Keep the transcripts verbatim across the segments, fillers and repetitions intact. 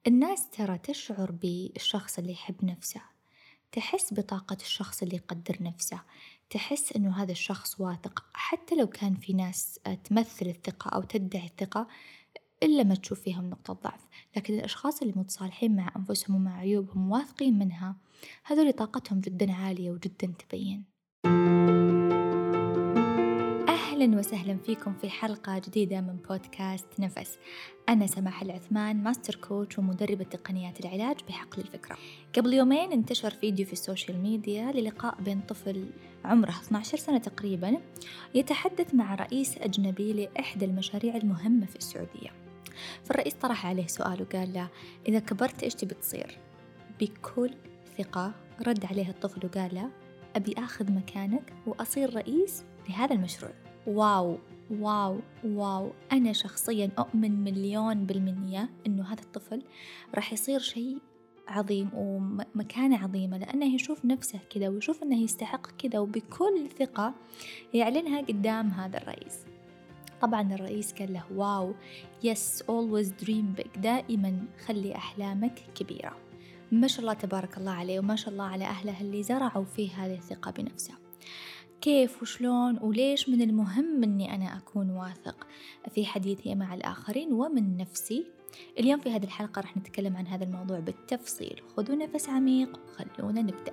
الناس ترى تشعر بالشخص اللي يحب نفسه، تحس بطاقة الشخص اللي يقدر نفسه، تحس إنه هذا الشخص واثق حتى لو كان في ناس آه، تمثل الثقة أو تدعي الثقة إلا ما تشوف فيهم نقطة ضعف. لكن الأشخاص اللي متصالحين مع أنفسهم ومع عيوبهم واثقين منها، هذول طاقتهم جدا عالية وجدا تبين. أهلا وسهلا فيكم في حلقة جديدة من بودكاست نفس. أنا سماح العثمان، ماستر كوتش ومدربة تقنيات العلاج بحقل الفكرة. قبل يومين انتشر فيديو في السوشيال ميديا للقاء بين طفل عمره اثنتي عشرة سنة تقريبا يتحدث مع رئيس أجنبي لإحدى المشاريع المهمة في السعودية. فالرئيس طرح عليه سؤال وقال له: إذا كبرت إيش تبي تصير؟ بكل ثقة رد عليه الطفل وقال له: أبي أخذ مكانك وأصير رئيس لهذا المشروع. واو واو واو، أنا شخصياً أؤمن مليون بالمية إنه هذا الطفل راح يصير شيء عظيم ومكانة عظيمة، لأنه يشوف نفسه كذا ويشوف أنه يستحق كذا، وبكل ثقة يعلنها قدام هذا الرئيس. طبعاً الرئيس قال له: واو yes always dream big، دائماً خلي أحلامك كبيرة. ما شاء الله تبارك الله عليه، وما شاء الله على أهله اللي زرعوا فيه هذه الثقة بنفسه. كيف وشلون وليش من المهم أني أنا أكون واثق في حديثي مع الآخرين ومن نفسي؟ اليوم في هذه الحلقة رح نتكلم عن هذا الموضوع بالتفصيل. خذوا نفس عميق وخلونا نبدأ.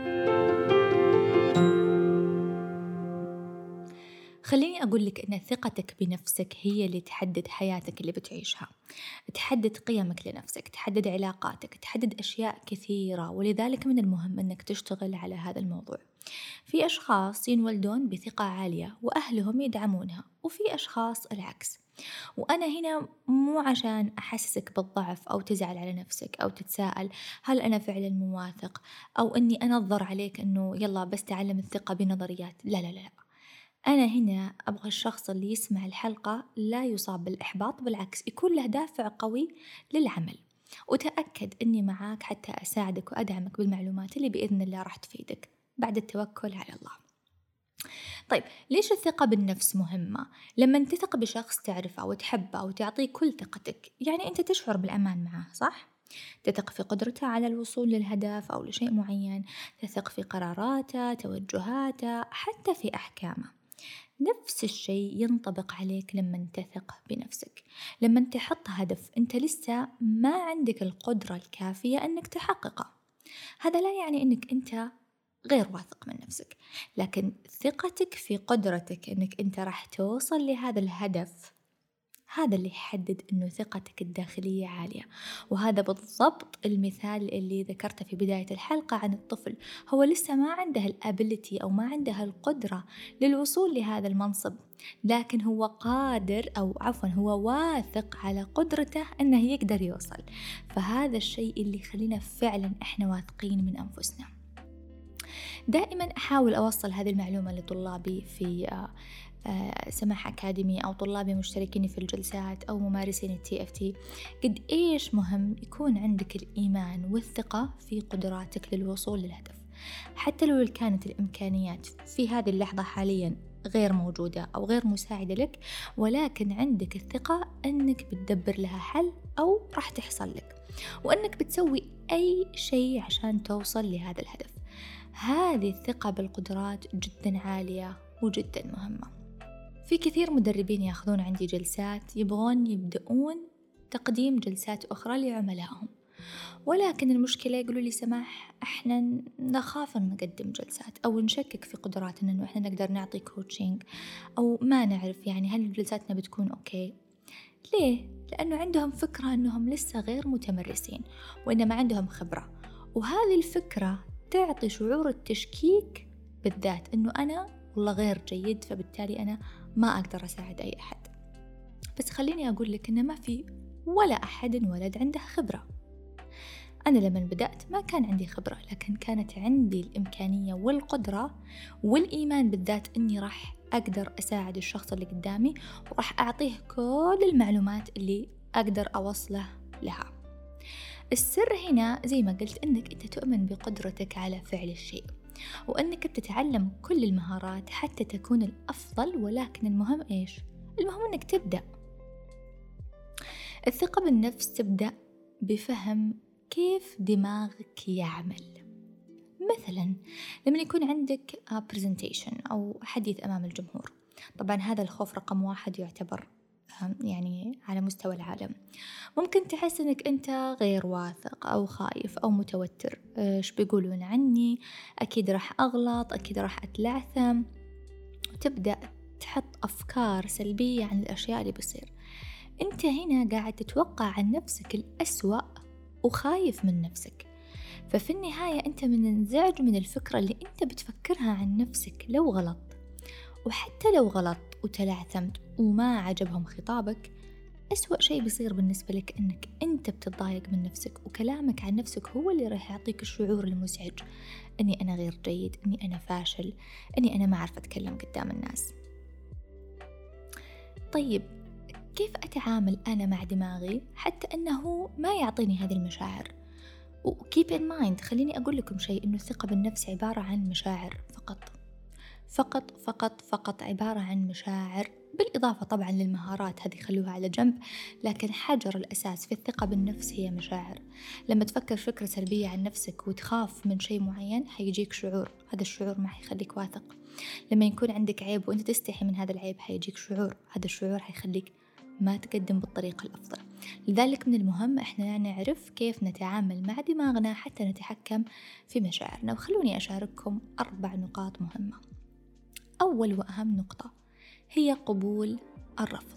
خليني أقول لك أن ثقتك بنفسك هي اللي تحدد حياتك اللي بتعيشها، تحدد قيمك لنفسك، تحدد علاقاتك، تحدد أشياء كثيرة، ولذلك من المهم أنك تشتغل على هذا الموضوع. في أشخاص ينولدون بثقة عالية وأهلهم يدعمونها، وفي أشخاص العكس. وأنا هنا مو عشان أحسسك بالضعف أو تزعل على نفسك أو تتساءل هل أنا فعلا مو واثق، أو أني أنظر عليك أنه يلا بس تعلم الثقة بنظريات. لا لا لا، أنا هنا أبغى الشخص اللي يسمع الحلقة لا يصاب بالإحباط، بالعكس يكون له دافع قوي للعمل. وتأكد أني معاك حتى أساعدك وأدعمك بالمعلومات اللي بإذن الله راح تفيدك بعد التوكل على الله. طيب، ليش الثقة بالنفس مهمة؟ لما تثق بشخص تعرفه وتحبه وتعطيه كل ثقتك، يعني أنت تشعر بالأمان معه، صح؟ تثق في قدرته على الوصول للهدف أو لشيء معين، تثق في قراراته، توجهاته، حتى في أحكامه. نفس الشيء ينطبق عليك لما تثق بنفسك. لما تحط هدف أنت لسه ما عندك القدرة الكافية أنك تحققه، هذا لا يعني أنك أنت غير واثق من نفسك، لكن ثقتك في قدرتك أنك أنت راح توصل لهذا الهدف، هذا اللي يحدد أنه ثقتك الداخلية عالية. وهذا بالضبط المثال اللي ذكرته في بداية الحلقة عن الطفل. هو لسه ما عنده الابيليتي أو ما عنده القدرة للوصول لهذا المنصب، لكن هو قادر، أو عفوا هو واثق على قدرته أنه يقدر يوصل. فهذا الشيء اللي يخلينا فعلا إحنا واثقين من أنفسنا. دائما أحاول أوصل هذه المعلومة لطلابي في آه، سماح أكاديمي أو طلابي مشتركين في الجلسات أو ممارسين التي اف تي، قد إيش مهم يكون عندك الإيمان والثقة في قدراتك للوصول للهدف، حتى لو كانت الإمكانيات في هذه اللحظة حاليا غير موجودة أو غير مساعدة لك، ولكن عندك الثقة أنك بتدبر لها حل أو راح تحصل لك، وأنك بتسوي أي شيء عشان توصل لهذا الهدف. هذه الثقة بالقدرات جدا عالية وجدا مهمة. في كثير مدربين ياخذون عندي جلسات يبغون يبدأون تقديم جلسات أخرى لعملائهم، ولكن المشكلة يقولوا لي: سماح، إحنا نخاف أن نقدم جلسات أو نشكك في قدراتنا أنه إحنا نقدر نعطي كوتشنج، أو ما نعرف يعني هل جلساتنا بتكون أوكي. ليه؟ لأنه عندهم فكرة أنهم لسه غير متمرسين وإنما عندهم خبرة، وهذه الفكرة تعطي شعور التشكيك بالذات، أنه أنا والله غير جيد، فبالتالي أنا ما أقدر أساعد أي أحد. بس خليني أقول لك إن ما في ولا أحد ولد عنده خبرة. أنا لما بدأت ما كان عندي خبرة، لكن كانت عندي الإمكانية والقدرة والإيمان بالذات إني راح أقدر أساعد الشخص اللي قدامي، وراح أعطيه كل المعلومات اللي أقدر أوصله لها. السر هنا زي ما قلت إنك أنت تؤمن بقدرتك على فعل الشيء، وأنك بتتعلم كل المهارات حتى تكون الأفضل، ولكن المهم إيش؟ المهم أنك تبدأ. الثقة بالنفس تبدأ بفهم كيف دماغك يعمل. مثلا لما يكون عندك presentation أو حديث أمام الجمهور، طبعا هذا الخوف رقم واحد يعتبر يعني على مستوى العالم. ممكن تحس أنك أنت غير واثق أو خايف أو متوتر، إيش بيقولون عني، أكيد راح أغلط، أكيد راح أتلعثم، وتبدأ تحط أفكار سلبية عن الأشياء اللي بيصير. أنت هنا قاعد تتوقع عن نفسك الأسوأ وخايف من نفسك، ففي النهاية أنت منزعج من الفكرة اللي أنت بتفكرها عن نفسك لو غلط. وحتى لو غلط وتلعثمت وما عجبهم خطابك، أسوأ شيء بيصير بالنسبة لك أنك أنت بتتضايق من نفسك، وكلامك عن نفسك هو اللي راح يعطيك الشعور المزعج أني أنا غير جيد، أني أنا فاشل، أني أنا ما أعرف أتكلم قدام الناس. طيب كيف أتعامل أنا مع دماغي حتى أنه ما يعطيني هذه المشاعر؟ وكيب إن مايند، خليني أقول لكم شيء، إنه الثقة بالنفس عبارة عن مشاعر فقط فقط فقط فقط، عبارة عن مشاعر، بالإضافة طبعا للمهارات، هذه خلوها على جنب، لكن حجر الأساس في الثقة بالنفس هي مشاعر. لما تفكر فكرة سلبية عن نفسك وتخاف من شيء معين حيجيك شعور، هذا الشعور ما حيخليك واثق. لما يكون عندك عيب وأنت تستحي من هذا العيب حيجيك شعور، هذا الشعور حيخليك ما تقدم بالطريقة الأفضل. لذلك من المهم إحنا نعرف كيف نتعامل مع دماغنا حتى نتحكم في مشاعرنا. وخلوني أشارككم أربع نقاط مهمة. أول وأهم نقطة هي قبول الرفض.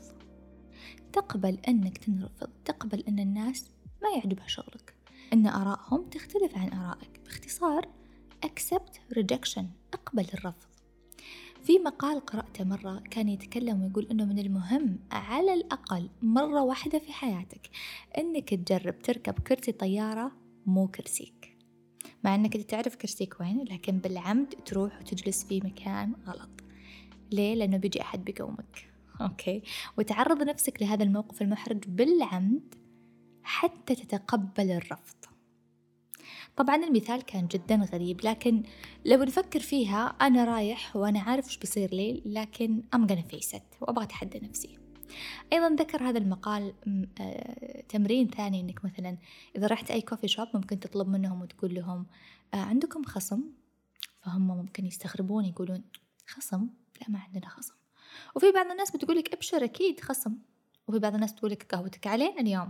تقبل أنك تنرفض، تقبل أن الناس ما يعجبها شغلك، أن آرائهم تختلف عن آرائك. باختصار accept rejection، أقبل الرفض. في مقال قرأته مرة كان يتكلم ويقول أنه من المهم على الأقل مرة واحدة في حياتك أنك تجرب تركب كرسي طيارة مو كرسيك، مع أنك تعرف كرسيك وين، لكن بالعمد تروح وتجلس في مكان غلط. ليه؟ لأنه بيجي أحد بيقومك، أوكي؟ وتعرض نفسك لهذا الموقف المحرج بالعمد حتى تتقبل الرفض. طبعا المثال كان جدا غريب، لكن لو نفكر فيها أنا رايح وأنا عارف إيش بيصير لي، لكن I'm gonna face it وأبغى أتحدى نفسي. أيضا ذكر هذا المقال تمرين ثاني، إنك مثلا إذا رحت أي كوفي شوب ممكن تطلب منهم وتقول لهم عندكم خصم، فهم ممكن يستغربون يقولون خصم؟ لا ما عندنا خصم. وفي بعض الناس بتقولك أبشر أكيد خصم، وفي بعض الناس تقولك قهوتك علينا اليوم.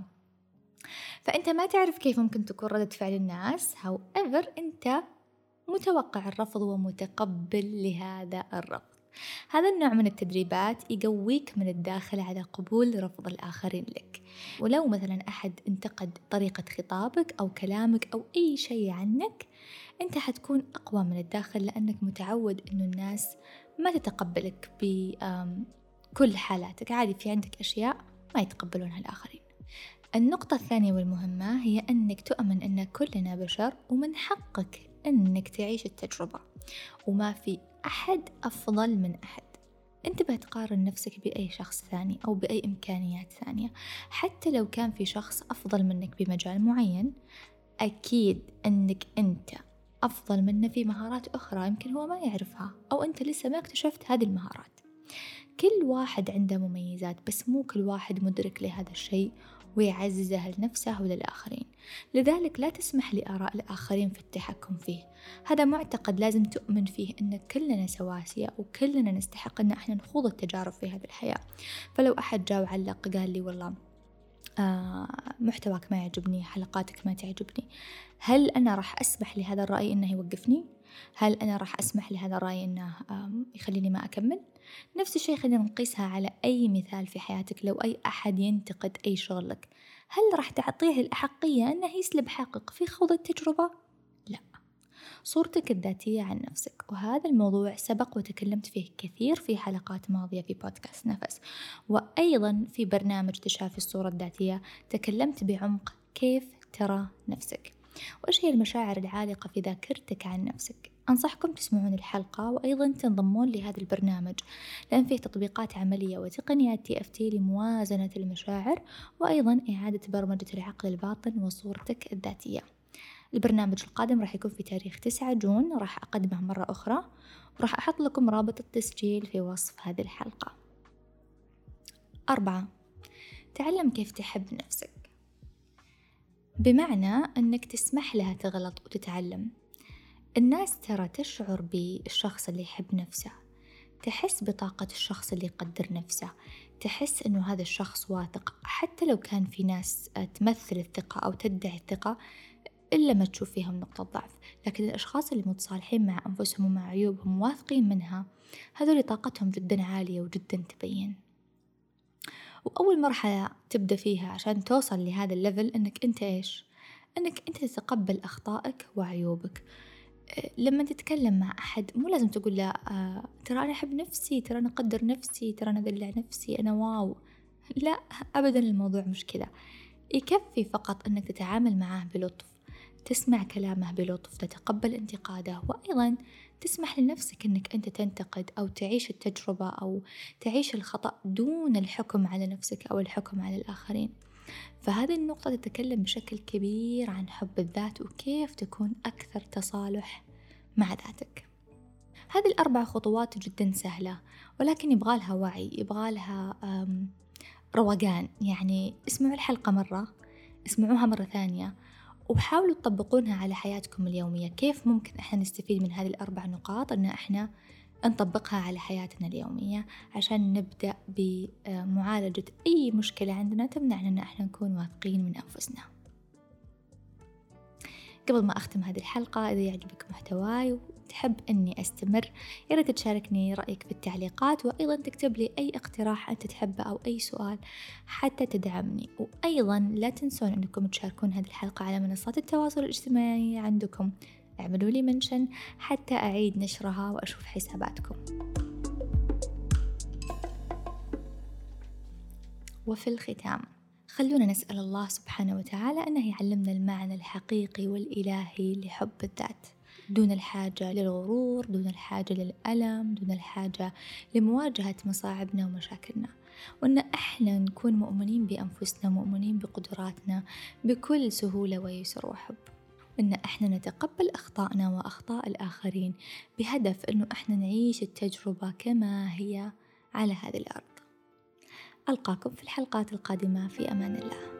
فأنت ما تعرف كيف ممكن تكون ردة فعل الناس، however أنت متوقع الرفض ومتقبل لهذا الرفض. هذا النوع من التدريبات يقويك من الداخل على قبول رفض الآخرين لك. ولو مثلا أحد انتقد طريقة خطابك أو كلامك أو أي شيء عنك، أنت حتكون أقوى من الداخل، لأنك متعود أنه الناس ما تتقبلك بكل حالاتك. عادي في عندك أشياء ما يتقبلونها الآخرين. النقطة الثانية والمهمة هي أنك تؤمن أن كلنا بشر ومن حقك أنك تعيش التجربة، وما في أحد أفضل من أحد. انتبه تقارن نفسك بأي شخص ثاني أو بأي إمكانيات ثانية. حتى لو كان في شخص أفضل منك بمجال معين، أكيد أنك أنت أفضل منه في مهارات أخرى يمكن هو ما يعرفها، أو أنت لسه ما اكتشفت هذه المهارات. كل واحد عنده مميزات، بس مو كل واحد مدرك لهذا الشيء ويعززها لنفسه وللآخرين. لذلك لا تسمح لآراء الآخرين في التحكم فيه. هذا معتقد لازم تؤمن فيه أن كلنا سواسية وكلنا نستحق أن احنا نخوض التجارب في هذه الحياة. فلو أحد جاء وعلق قال لي والله آه محتواك ما يعجبني، حلقاتك ما تعجبني، هل أنا راح أسمح لهذا الرأي أنه يوقفني؟ هل أنا راح أسمح لهذا الرأي أنه يخليني ما أكمل؟ نفس الشيء خلينا نقيسها على أي مثال في حياتك. لو أي أحد ينتقد أي شغلك، هل راح تعطيه الأحقية أنه يسلب حقك في خوض التجربة؟ لا. صورتك الذاتية عن نفسك، وهذا الموضوع سبق وتكلمت فيه كثير في حلقات ماضية في بودكاست نفس، وأيضا في برنامج تشافي الصورة الذاتية تكلمت بعمق كيف ترى نفسك وإيش هي المشاعر العالقة في ذاكرتك عن نفسك. أنصحكم تسمعون الحلقة وأيضا تنضمون لهذا البرنامج، لأن فيه تطبيقات عملية وتقنيات تي إف تي لموازنة المشاعر، وأيضا إعادة برمجة العقل الباطن وصورتك الذاتية. البرنامج القادم راح يكون في تاريخ تسعة جون، راح أقدمه مرة أخرى، وراح أحط لكم رابط التسجيل في وصف هذه الحلقة. أربعة، تعلم كيف تحب نفسك. بمعنى أنك تسمح لها تغلط وتتعلم. الناس ترى تشعر بالشخص اللي يحب نفسه، تحس بطاقة الشخص اللي يقدر نفسه، تحس إنه هذا الشخص واثق، حتى لو كان في ناس تمثل الثقة أو تدعي الثقة إلا ما تشوف فيهم نقطة ضعف. لكن الأشخاص اللي متصالحين مع أنفسهم ومع عيوبهم واثقين منها، هذول طاقتهم جدا عالية وجدا تبين. وأول مرحلة تبدأ فيها عشان توصل لهذا الليفل إنك أنت إيش؟ إنك أنت تتقبل أخطائك وعيوبك. لما تتكلم مع أحد مو لازم تقول له آه ترى أنا أحب نفسي، ترى أنا أقدر نفسي، ترى أنا أدلع نفسي، أنا واو. لا أبدا، الموضوع مش كذا. يكفي فقط أنك تتعامل معاه بلطف، تسمع كلامه بلطف، تتقبل انتقاده، وأيضا تسمح لنفسك أنك أنت تنتقد أو تعيش التجربة أو تعيش الخطأ دون الحكم على نفسك أو الحكم على الآخرين. فهذه النقطة تتكلم بشكل كبير عن حب الذات وكيف تكون أكثر تصالح مع ذاتك. هذه الأربع خطوات جدا سهلة، ولكن يبغالها وعي، يبغالها روقان. يعني اسمعوا الحلقة مرة، اسمعوها مرة ثانية، وحاولوا تطبقونها على حياتكم اليومية. كيف ممكن احنا نستفيد من هذه الأربع نقاط أن احنا نطبقها على حياتنا اليومية عشان نبدأ بمعالجة أي مشكلة عندنا تمنعنا أن احنا نكون واثقين من أنفسنا. قبل ما أختم هذه الحلقة، إذا يعجبك محتواي وتحب أني أستمر، يا ريت تشاركني رأيك في التعليقات، وأيضا تكتب لي أي اقتراح أنت تحبه أو أي سؤال حتى تدعمني. وأيضا لا تنسون أنكم تشاركون هذه الحلقة على منصات التواصل الاجتماعي عندكم، اعملوا لي منشن حتى أعيد نشرها وأشوف حساباتكم. وفي الختام خلونا نسأل الله سبحانه وتعالى أنه يعلمنا المعنى الحقيقي والإلهي لحب الذات، دون الحاجة للغرور، دون الحاجة للألم، دون الحاجة لمواجهة مصاعبنا ومشاكلنا، وأن إحنا نكون مؤمنين بأنفسنا، مؤمنين بقدراتنا بكل سهولة ويسر وحب، وأن إحنا نتقبل أخطائنا وأخطاء الآخرين بهدف أنه إحنا نعيش التجربة كما هي على هذه الأرض. ألقاكم في الحلقات القادمة، في أمان الله.